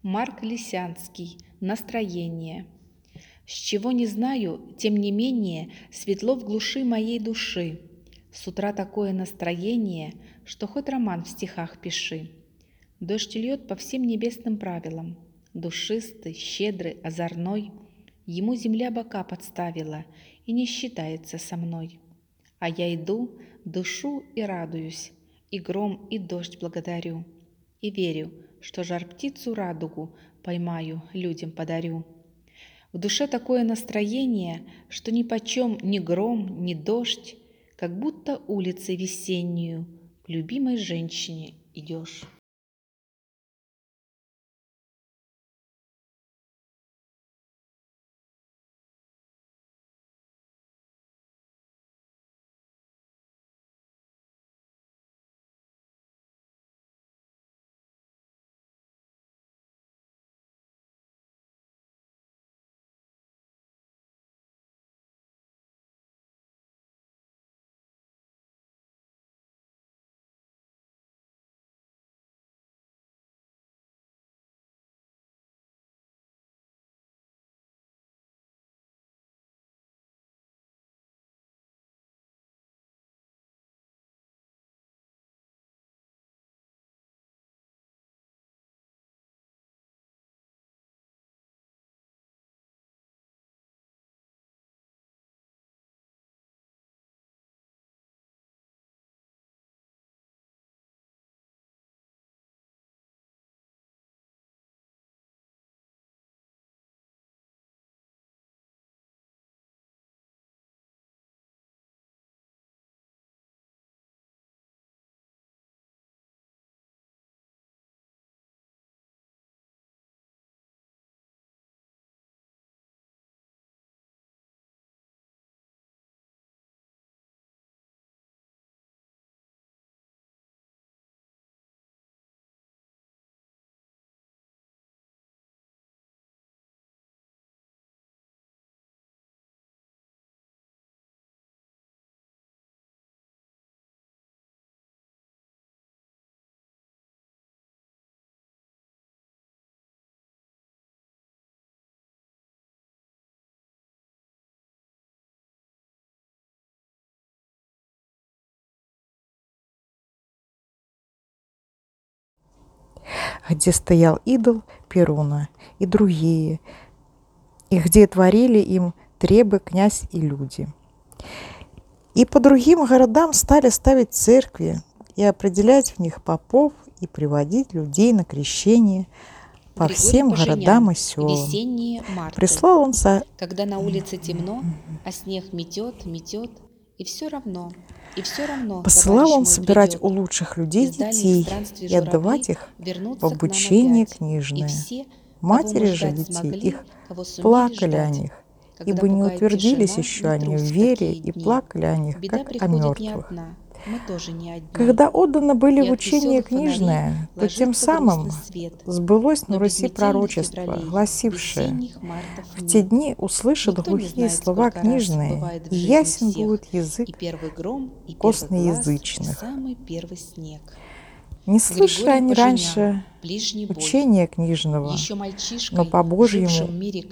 Марк Лисянский. Настроение. С чего не знаю, тем не менее, светло в глуши моей души. С утра такое настроение, что хоть роман в стихах пиши. Дождь льет по всем небесным правилам, душистый, щедрый, озорной. Ему земля бока подставила и не считается со мной. А я иду, дышу и радуюсь, и гром, и дождь благодарю, и верю, что жар-птицу радугу поймаю, людям подарю. В душе такое настроение, что нипочем ни гром, ни дождь, как будто улицей весеннюю к любимой женщине идешь. Где стоял идол Перуна и другие, и где творили им требы князь и люди. И по другим городам стали ставить церкви и определять в них попов и приводить людей на крещение по всем городам и селам. Весенние марты. Прислал он Когда на улице темно, а снег метет, метет, и все равно. Посылал он собирать у лучших людей детей и отдавать их в обучение книжное. Матери же детей их плакали о них, ибо не утвердились еще они в вере и плакали о них, как о мертвых. Когда отданы были в учение книжное, то тем самым сбылось на Руси пророчество, гласившее: в те дни услышат глухие слова книжные, и ясен будет язык косноязычных. Не слышали они раньше учения книжного, но по Божьему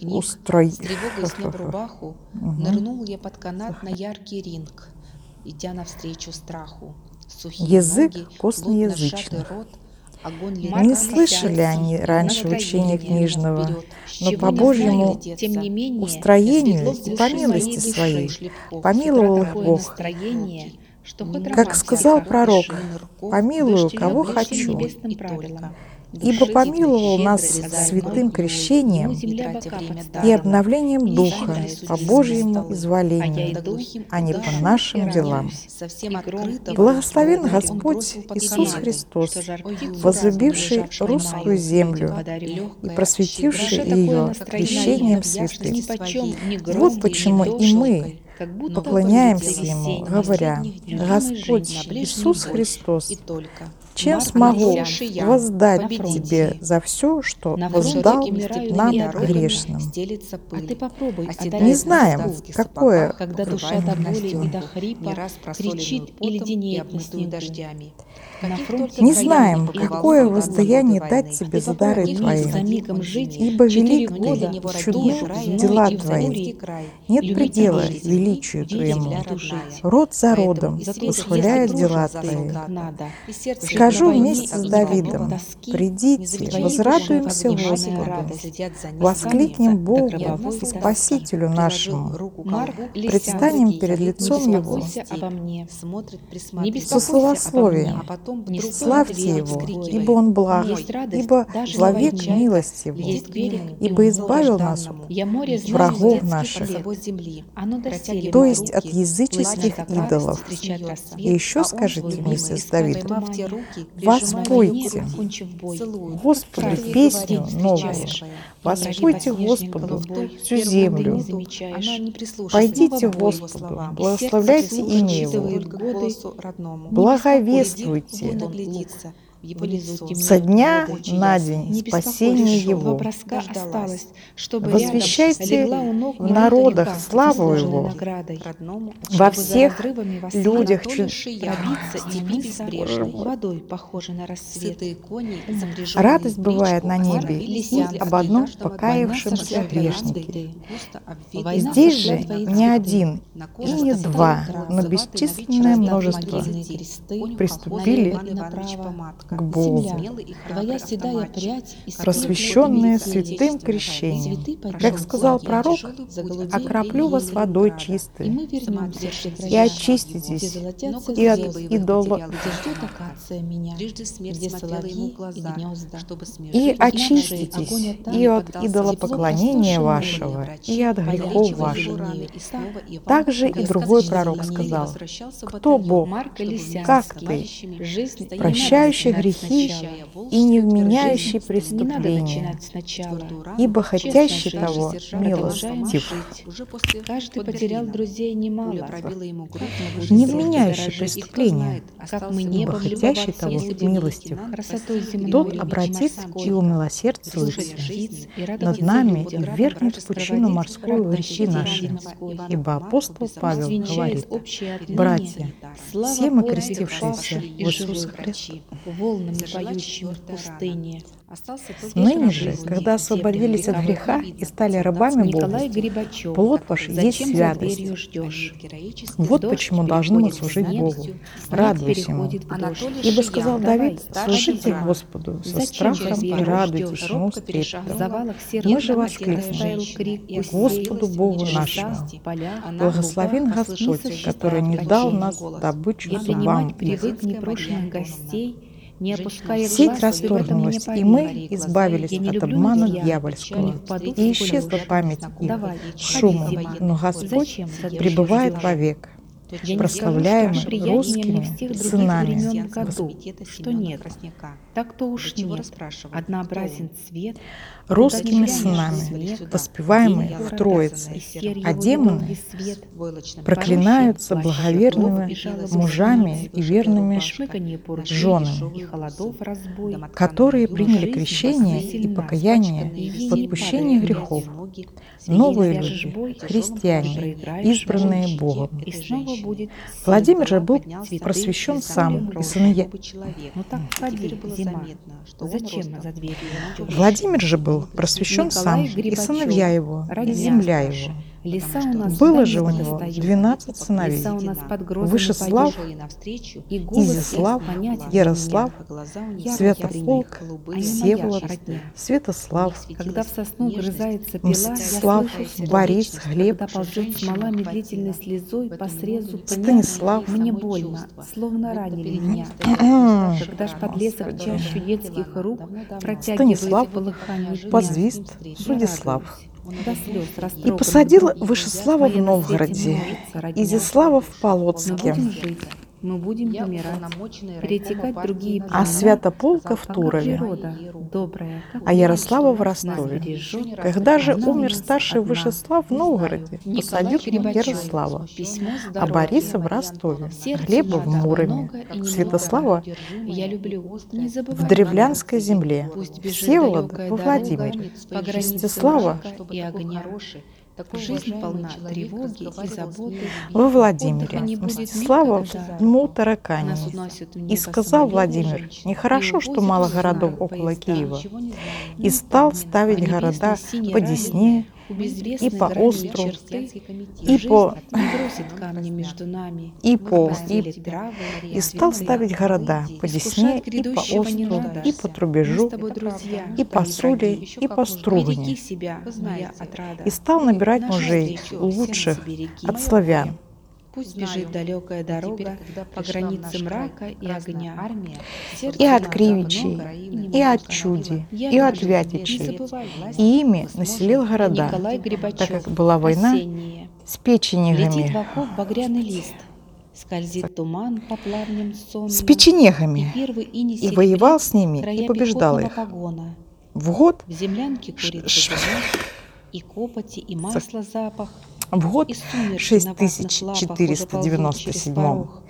нырнул я под канат на яркий ринг, идя навстречу страху. Язык косноязычных. Не слышали они раньше учения книжного, но по Божьему устроению и по милости своей помиловал их Бог. Как сказал пророк: «Помилую, кого хочу». Ибо помиловал нас святым крещением и обновлением Духа по Божьему изволению, а не по нашим делам. Благословен Господь Иисус Христос, возлюбивший русскую землю и просветивший ее крещением святым. Вот почему и мы поклоняемся Ему, говоря: Господь Иисус Христос, Чем Марк смогу Лисянский. воздать Победите. тебе за все, что На воздал фронте умирают нам миллиарды. грешным? А ты попробуй Не одолеть знаем, тоску, какое когда душа до боли и до хрипа кричит и леденеет на снегу. На фронте не военных знаем, и какое голодных. воздаяние дать А тебе ты за дары попробуй твои. за мигом жить Ибо 4 велик года ты и в чудны стужу, зной дела и в твои. буре. Нет Любить предела верить, величию верить твоему. и тужить. Род за родом Зато восхваляет если дела дружишь ты, твои. как надо, жить Скажу на войне вместе с и не Давидом: знать тоски, придите, твоей возрадуемся душе возвышенная Господу, радость, воскликнем до Богу гробовой и тоски. Спасителю нашему, Марк предстанем Лисянский. перед Не лицом Его беспокойся обо мне, не со беспокойся обо славословием. мне, не Славьте стоит Его, верить ибо Он благ, Есть радость ибо даже на вовек войне. милость Его, Есть берег и ибо море. избавил нас Я море от знаю с врагов детских наших, лет. Оно доселе то на есть от руки, языческих плачет от идолов. радости, встречать рассвет, И еще а он, скажите твой вместе любимый, с Давидом: поймав те руки, воспойте кончив бой. Господу Фразы песню говорить новую, встречаешь, воспойте снежник Господу голубой, всю а ты землю, не замечаешь. пойдите Снова бой, Господу, и сердце благословляйте вслух имя Его, отсчитывает годы. благовествуйте Внизу со темнеют дня воды. на день Не спасение беспокойся, два Его. броска осталось, чтобы рядом Возвещайте легла у ног в моя народах река, славу заслуженной Его, наградой, во чтобы за всех разрывами во свет людях пробиться и умыться Боже мой. водой, похожей на рассвет. Радость бывает на Марк небе и Лисянский. об одном Война покаявшемся сожжет твои грешнике. цветы. Война Здесь сожжет же твои не цветы. один и не два, но бесчисленное множество Могильные кресты, приступили налево и направо. к Богу, Земля, твоя седая прядь из просвещенные светлой святым нити. крещением. Цветы Как поднимут сказал пламя, пророк: заголубеют окроплю вас елей, водой и чистой, мы вернемся в те и края, где очиститесь золотятся и от звезды, идола, где ждет акация меня, где соловьи и гнезда, и очиститесь очиститесь и от идолопоклонения вашего, и от грехов ваших. Также и другой пророк сказал: кто Бог, Марк Лисянский. как ты, Жизнь прощающий грехи и не вменяющий не надо преступления, начинать сначала. ибо Честно хотящий жить, того продолжаем милостив, жить. Каждый потерял друзей немало. Как мы будем не сердце вменяющий дорожить, преступления, как мы ибо небом хотящий того любоваться милостив. красотой земной Тот и обратит морской, и умилосердствуется слушать птиц и над радоваться нами людям, и ввергнет в пучину морскую радовать грехи наши. единской. Ибо апостол Павел Венчает говорит: общее отныне братья, слава все мы подвиг крестившиеся павших и в Иисуса живых, Христа. волнами поющими в пустыне. Ныне же, когда освободились от греха и стали рабами Николай Богу, Грибачев. плод ваш есть Зачем за святость. дверью ждешь? Вот Дождь почему должны мы переходит в служить снег, Богу, снег радуясь Ему. переходит в дождь. Ибо сказал Давай, Давид: служите брат, Господу со зачем страхом за и дверью радуйтесь ждешь? Ему с трепетом. В завалах серых Мы же растаял воскликнем: крик пустей, Господу Богу леса, нашему, поля, благословен луга, Господь, послышится который не стон дал качей. нас добычу И зубам. принимать привык непрошенных гостей, не опуская Сеть глаз, ты в этом мне расторгнулась, и мы поверь. избавились Я не от люблю обмана нытья, дьявольского, не впаду в и исчезла скулёж. память их Давай, шумом, входи, зима. но Господь Зачем за дверью пребывает ждешь? вовек, Я не прославляемый скажу, что приятнее мне русскими всех других сынами. времен в году, что нет. Так-то уж нет. Однообразен цвет, Русскими куда сынами, снег, воспеваемый день в города, Троице, и серый а его демоны долгий свет, проклинаются порощен благоверными плащ, жалобы мужами снится, и верными шмыканье поручей женами, и холодов разбой, которые но приняли жизнь крещение сильна, и покаяние испачканные в ей не отпущение падают грехов, ноги. новые Свяжешь люди, бой, христиане, проиграешь избранные бой, Богом. и снова будет Владимир же был цветы, просвещен цветы сам, и рожь. сыновья. Ну так входи, зима. Зачем за дверью ждешь? Владимир же был просвещен сам, Николай и Грибачев, сыновья его, и родня земля наша. его. Леса у нас Было в же у дальних него стоят. 12 сыновей: Леса у нас под грозами Вышеслав, поют. И голос Изяслав, их понятен Ярослав, мне. Святополк, Они Всеволод, моя родня. Святослав, Когда в сосну грызается пила, я Мстислав, слышу Борис, Глеб, когда ползет смола медлительной слезой по срезу пня, Станислав, мне больно, словно ранили меня. Когда ж подлесок чащу детских рук Станислав, протягивает полыхание дня, Позвист, я Судислав. радуюсь. До слез И растроганных посадил рук. Вышеслава в Моя на свете Новгороде, множится родня. Изяслава в Мы Полоцке, будем жить, Мы будем помирать, перетекать в другие А племена. Святополка в А как Турове, природа, добрая, как а Ярослава в нас Ростове. бережет, Когда же она у умер нас старший одна. Вышеслав в Новгороде, посадил к нему Грибачев. Ярослава, Письмо с а дороги. Бориса в Ростове, Сердцу Глеба в надо Муроме, много и немного. Святослава Я люблю, не в забывай Древлянской земле, Пусть бежит Всеволода далекая во дорога Владимире, по границе Мстислава мрака и огня. Жизнь полна тревоги и заботы. во Отдыха Владимире, не будет Мстислава никогда. в дьму Нас таракани. уносят в И небо сказал самолеты Владимир, и нехорошо, что увозят мало в городов знак около поезда. Киева. Ну И стал ставить по города небесной синей по раме Десне, у и безвестной по грани Остру, черты и жизнь по не бросит камни между нами. и по Постелит травы и стал цветы. ставить города по Десне, Искушать и по грядущего не Остру, надо. и по Мы с Трубежу, тобой друзья, и по а не Суле, враги. и по Береги Стругне. себя, моя отрада. И стал набирать Нашу мужей встречу лучших сердце береги. от славян, Пусть бежит далекая дорога по границе мрака и огня. и от Сердцу Кривичей, надо и от Чуди, Я и от люблю, не Вятичей, забывай, и ими населил города, Николай так Грибачев. как была война Осеннее. с Летит в печенегами, окоп багряный лист. Скользит туман по плавням сонным. с И печенегами, первый иней и воевал с ними, и края побеждал пехотного их. погона. В год, В землянке курится дымок, и копоти, и масла запах, в год и сумерки на ватных лапах уже ползут через 6497 порог.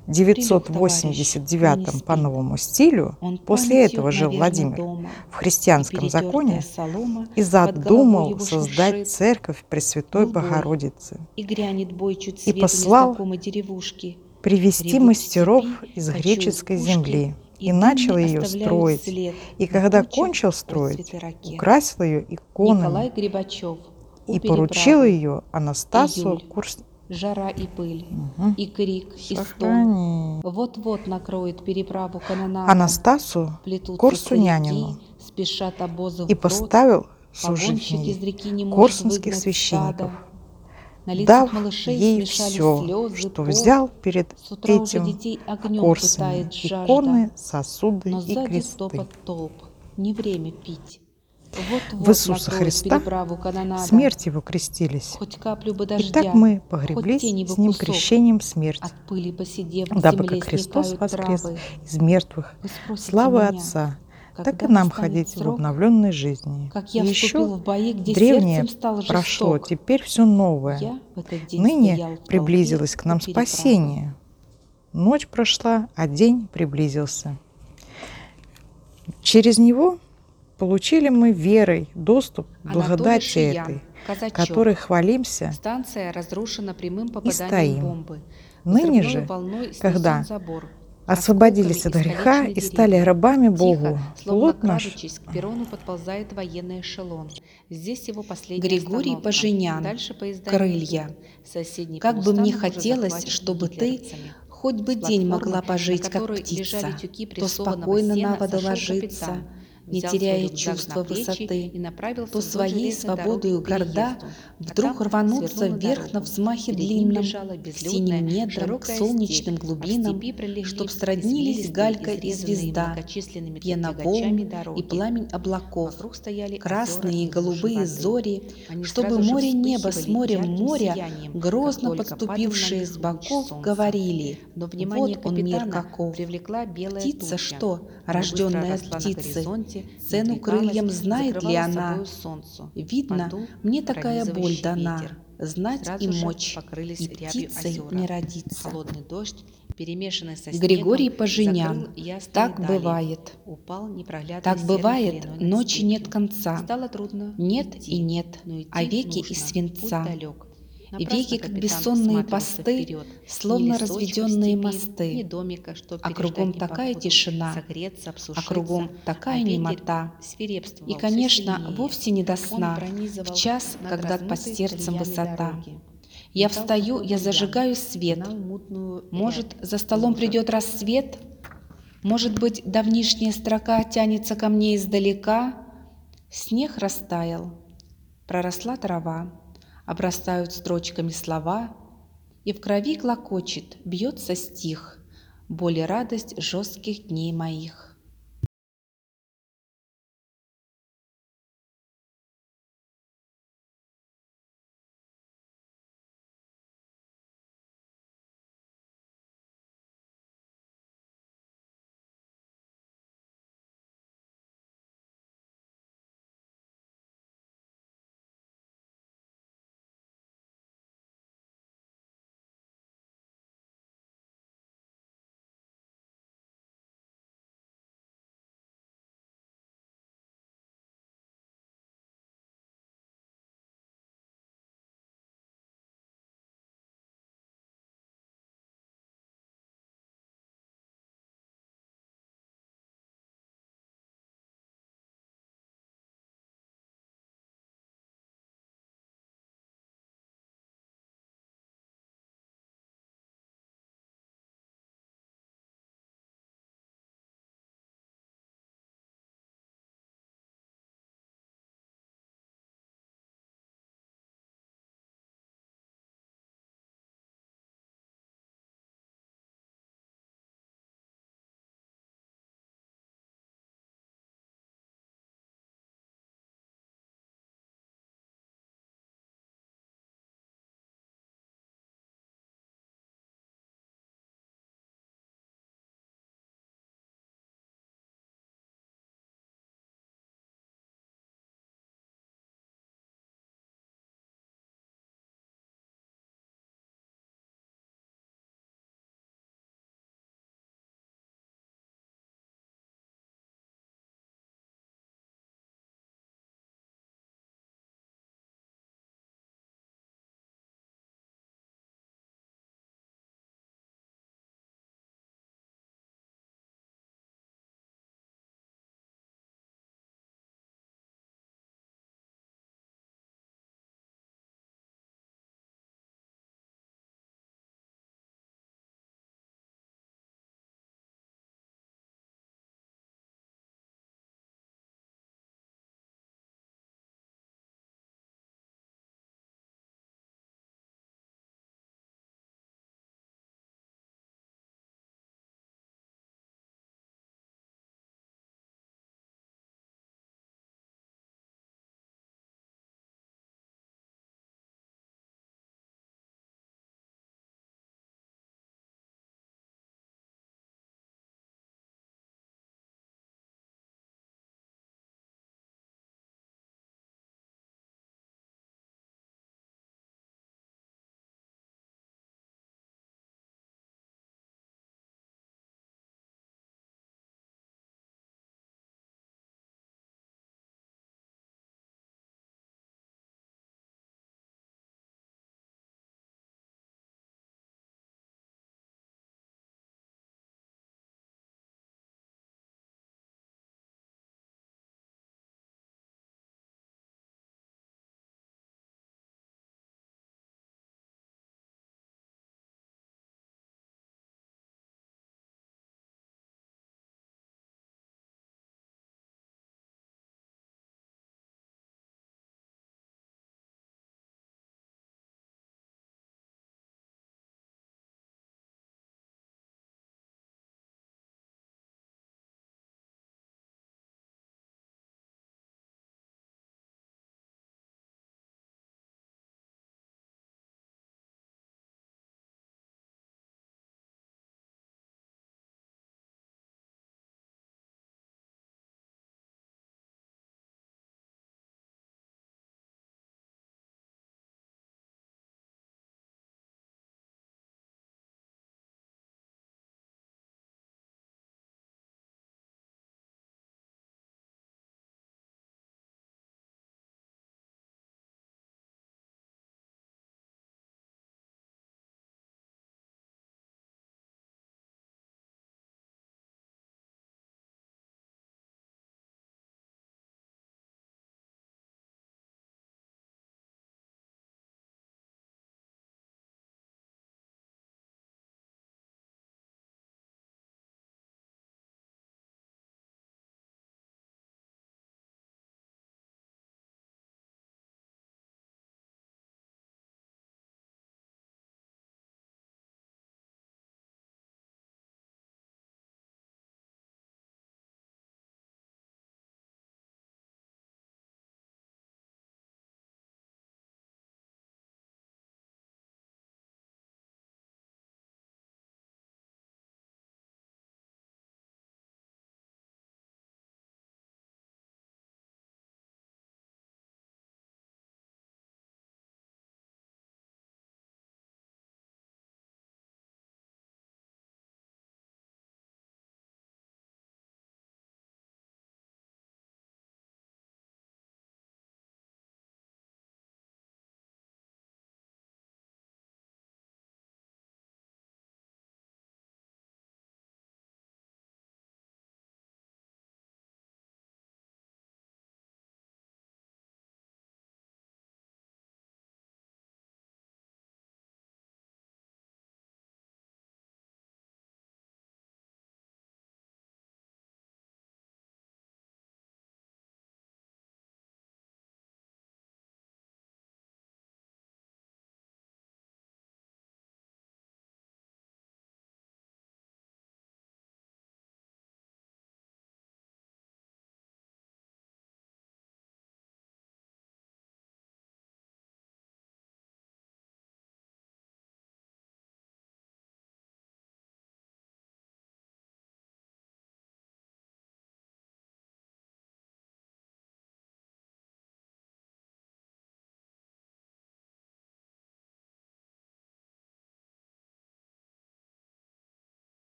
989 по новому стилю, Он после памятью, этого жил наверно, Владимир дома. в И христианском перетертая законе солома и под головой задумал его создать шуршит. церковь Пресвятой Был бой, Богородицы и грянет бой чуть и свету послал незнакомой деревушки. привести Ревут в мастеров степи, из кочуют греческой пушки, земли и и начал дымный ее оставляют строить. след И на когда тучах кончил строить, отцветы ракет. украсил ее Николай иконами Грибачев у и поручил переправы. ее Анастасу Июль. Жара и пыль, Мгм. и крик, и стон. Сохрани. Вот-вот накроет переправу канонада. Анастасу Плетутся Корсунянину старики, спешат обозы и вброд. поставил Погонщик из служить реки не может корсунских выгнать священников, стада. На лицах дав малышей ей смешались все, слезы, что пот. взял перед С утра уже этим детей огнем корсами, пытает жажда. иконы, сосуды Но и сзади кресты. топот толп, не время пить. В Вот-вот Иисуса накроет Христа переправу канонада. смерть его крестились. Хоть каплю бы И дождя, так мы хоть погреблись тени бы с ним кусок. крещением смерть, От пыли посидев, в дабы земле как Христос сникают воскрес травы. из мертвых, Вы спросите славы меня, Отца, так когда и нам настанет ходить в срок, обновленной жизни. как И я еще вступил в бои, где древнее сердцем стал прошло, жесток. теперь все новое. Я в этот день Ныне стоял в толпе приблизилось к у нам переправы. спасение. Ночь прошла, а день приблизился. Через него получили мы верой доступ к благодати Шиян, этой, казачок. которой хвалимся Станция разрушена прямым и попаданием стоим. бомбы. Ныне Взрывной же, волной когда снесен забор. освободились от Осколками греха искалечены и стали деревья. рабами Богу, Тихо, словно плод наш крадучись, к перрону подползает военный эшелон. Здесь его последняя Григорий остановка. Поженян. Дальше поезда Крылья. не идут. Соседний Как бы мне полустанок уже хотелось, захвачен чтобы ты гитлеровцами. хоть бы С день платформы, могла пожить, на как которой птица, лежали тюки то прессованного спокойно сена, на воду сошел ложиться, капитан, не взял теряя свой рюкзак чувства на плечи высоты, и направился то вдоль своей железной свободою дороги к горда переезду. вдруг А там рвануться свернул на вверх на дорогу. взмахе Перед ним длинном, лежала к безлюдная, синим недрам, к широкая солнечным степь, глубинам, а в степи пролегли чтоб сроднились извилистые, галька и изрезанные звезда, многочисленными пена тягачами волн дороги. и пламень облаков, Вокруг стояли красные и озера и лужи голубые воды. зори, Они чтобы сразу же море небо с вспыхивали морем ярким моря, сиянием, как грозно только падал на подступившие них с луч боков, солнца. говорили: Но внимание вот он мир капитана каков. привлекла белая Птица туча. что, Она быстро рожденная от росла на птицы, горизонте, цену надвигалась, крыльям знает ли закрывала она? собою солнцу. Видно, Подул мне такая боль пронизывающий дана, ветер. знать Сразу и же мочь, покрылись и рябью птицей озера. не родиться. Холодный дождь, перемешанный со Григорий снегом, Поженян. закрыл ясные Так дали. бывает. Упал непроглядной Так серой бывает, пеленой над ночи нет степью. конца. Стало трудно Нет идти, и нет, но идти а веки нужно. из свинца. Путь далек. Веки, как капитан бессонные всматривался посты, вперед. словно Ни лесочка в разведенные степи, мосты. ни домика, что А переждать кругом такая непогоду, тишина, согреться, а обсушиться, кругом такая а ветер немота. свирепствовал И, всё конечно, сильнее. вовсе не до Он сна, пронизывал в час, над когда под размытой сердцем колеями высота. дороги. Я Метал встаю, сухой я бурьян, зажигаю свет. гнал мутную Может, рябь за столом лужах. придет рассвет? Может быть, давнишняя строка тянется ко мне издалека? Снег растаял, проросла трава, обрастают строчками слова, и в крови клокочет, бьется стих, боль и радость жестких дней моих.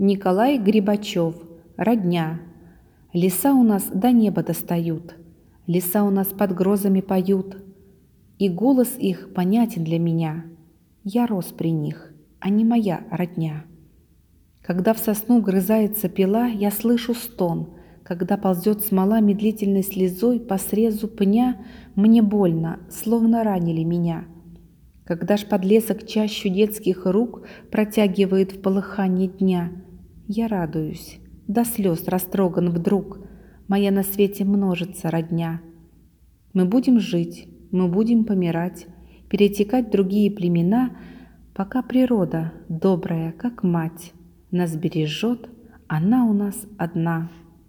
Николай Грибачев. Родня. Леса у нас до неба достают, леса у нас под грозами поют, и голос их понятен для меня. Я рос при них, а не моя родня. Когда в сосну грызается пила, я слышу стон. Когда ползет смола медлительной слезой по срезу пня, мне больно, словно ранили меня. Когда ж подлесок чащу детских рук протягивает в полыханье дня, я радуюсь, до слез растроган вдруг, моя на свете множится родня. Мы будем жить, мы будем помирать, перетекать в другие племена, пока природа, добрая, как мать, нас бережет, она у нас одна.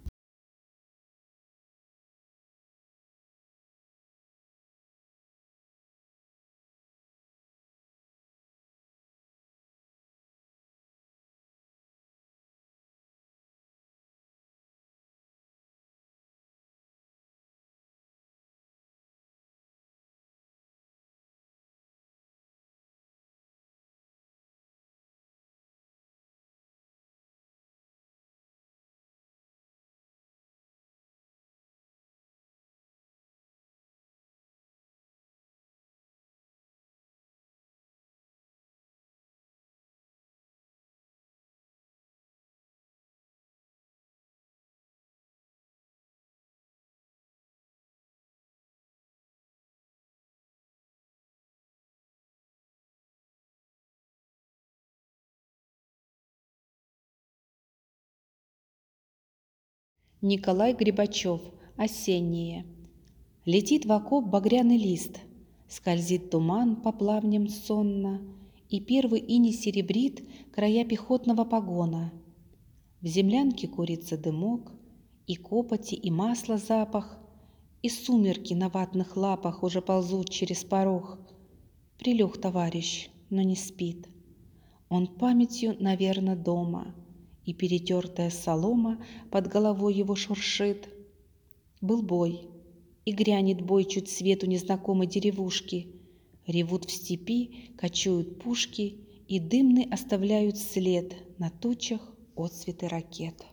Николай Грибачев. Осенние. Летит в окоп багряный лист, скользит туман по плавням сонно, и первый иней серебрит края пехотного погона. В землянке курится дымок, и копоти, и масла запах, и сумерки на ватных лапах уже ползут через порог. Прилег товарищ, но не спит. Он памятью, наверно, дома, и перетертая солома под головой его шуршит. Был бой, и грянет бой чуть свету незнакомой деревушки. Ревут в степи, кочуют пушки, и дымный оставляют след на тучах отсветы ракет.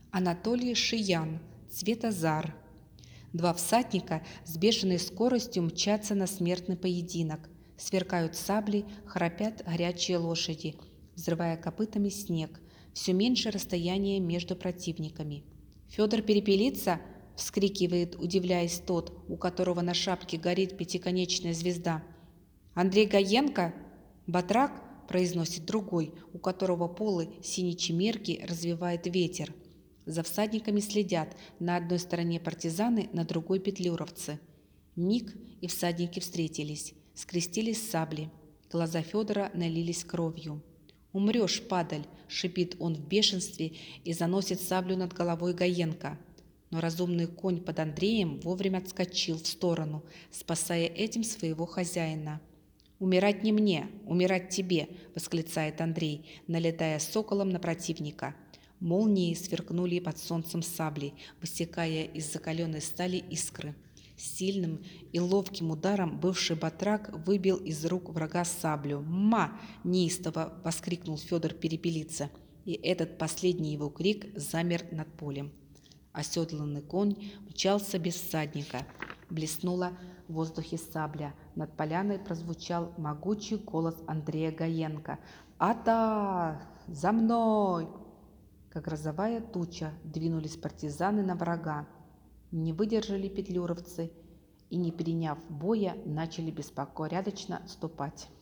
Анатолий Шиян, Цветозар. Два всадника с бешеной скоростью мчатся на смертный поединок. Сверкают сабли, храпят горячие лошади, взрывая копытами снег. Все меньше расстояние между противниками. «Федор Перепелица?» – вскрикивает, удивляясь тот, у которого на шапке горит пятиконечная звезда. «Андрей Гаенко?» «Батрак?» – произносит другой, у которого полы синей чемерки развивает ветер. За всадниками следят, на одной стороне партизаны, на другой петлюровцы. Миг, и всадники встретились, скрестились сабли. Глаза Федора налились кровью. «Умрешь, падаль!» – шипит он в бешенстве и заносит саблю над головой Гаенко. Но разумный конь под Андреем вовремя отскочил в сторону, спасая этим своего хозяина. «Умирать не мне, умирать тебе!» – восклицает Андрей, налетая соколом на противника. Молнии сверкнули под солнцем сабли, высекая из закаленной стали искры. Сильным и ловким ударом бывший батрак выбил из рук врага саблю. «Ма!» – неистово воскликнул Федор Перепелица, и этот последний его крик замер над полем. Оседланный конь мчался без всадника. Блеснула в воздухе сабля. Над поляной прозвучал могучий голос Андрея Гаенко. «Ата! За мной!» Как грозовая туча двинулись партизаны на врага. Не выдержали петлюровцы и, не приняв боя, начали беспорядочно отступать.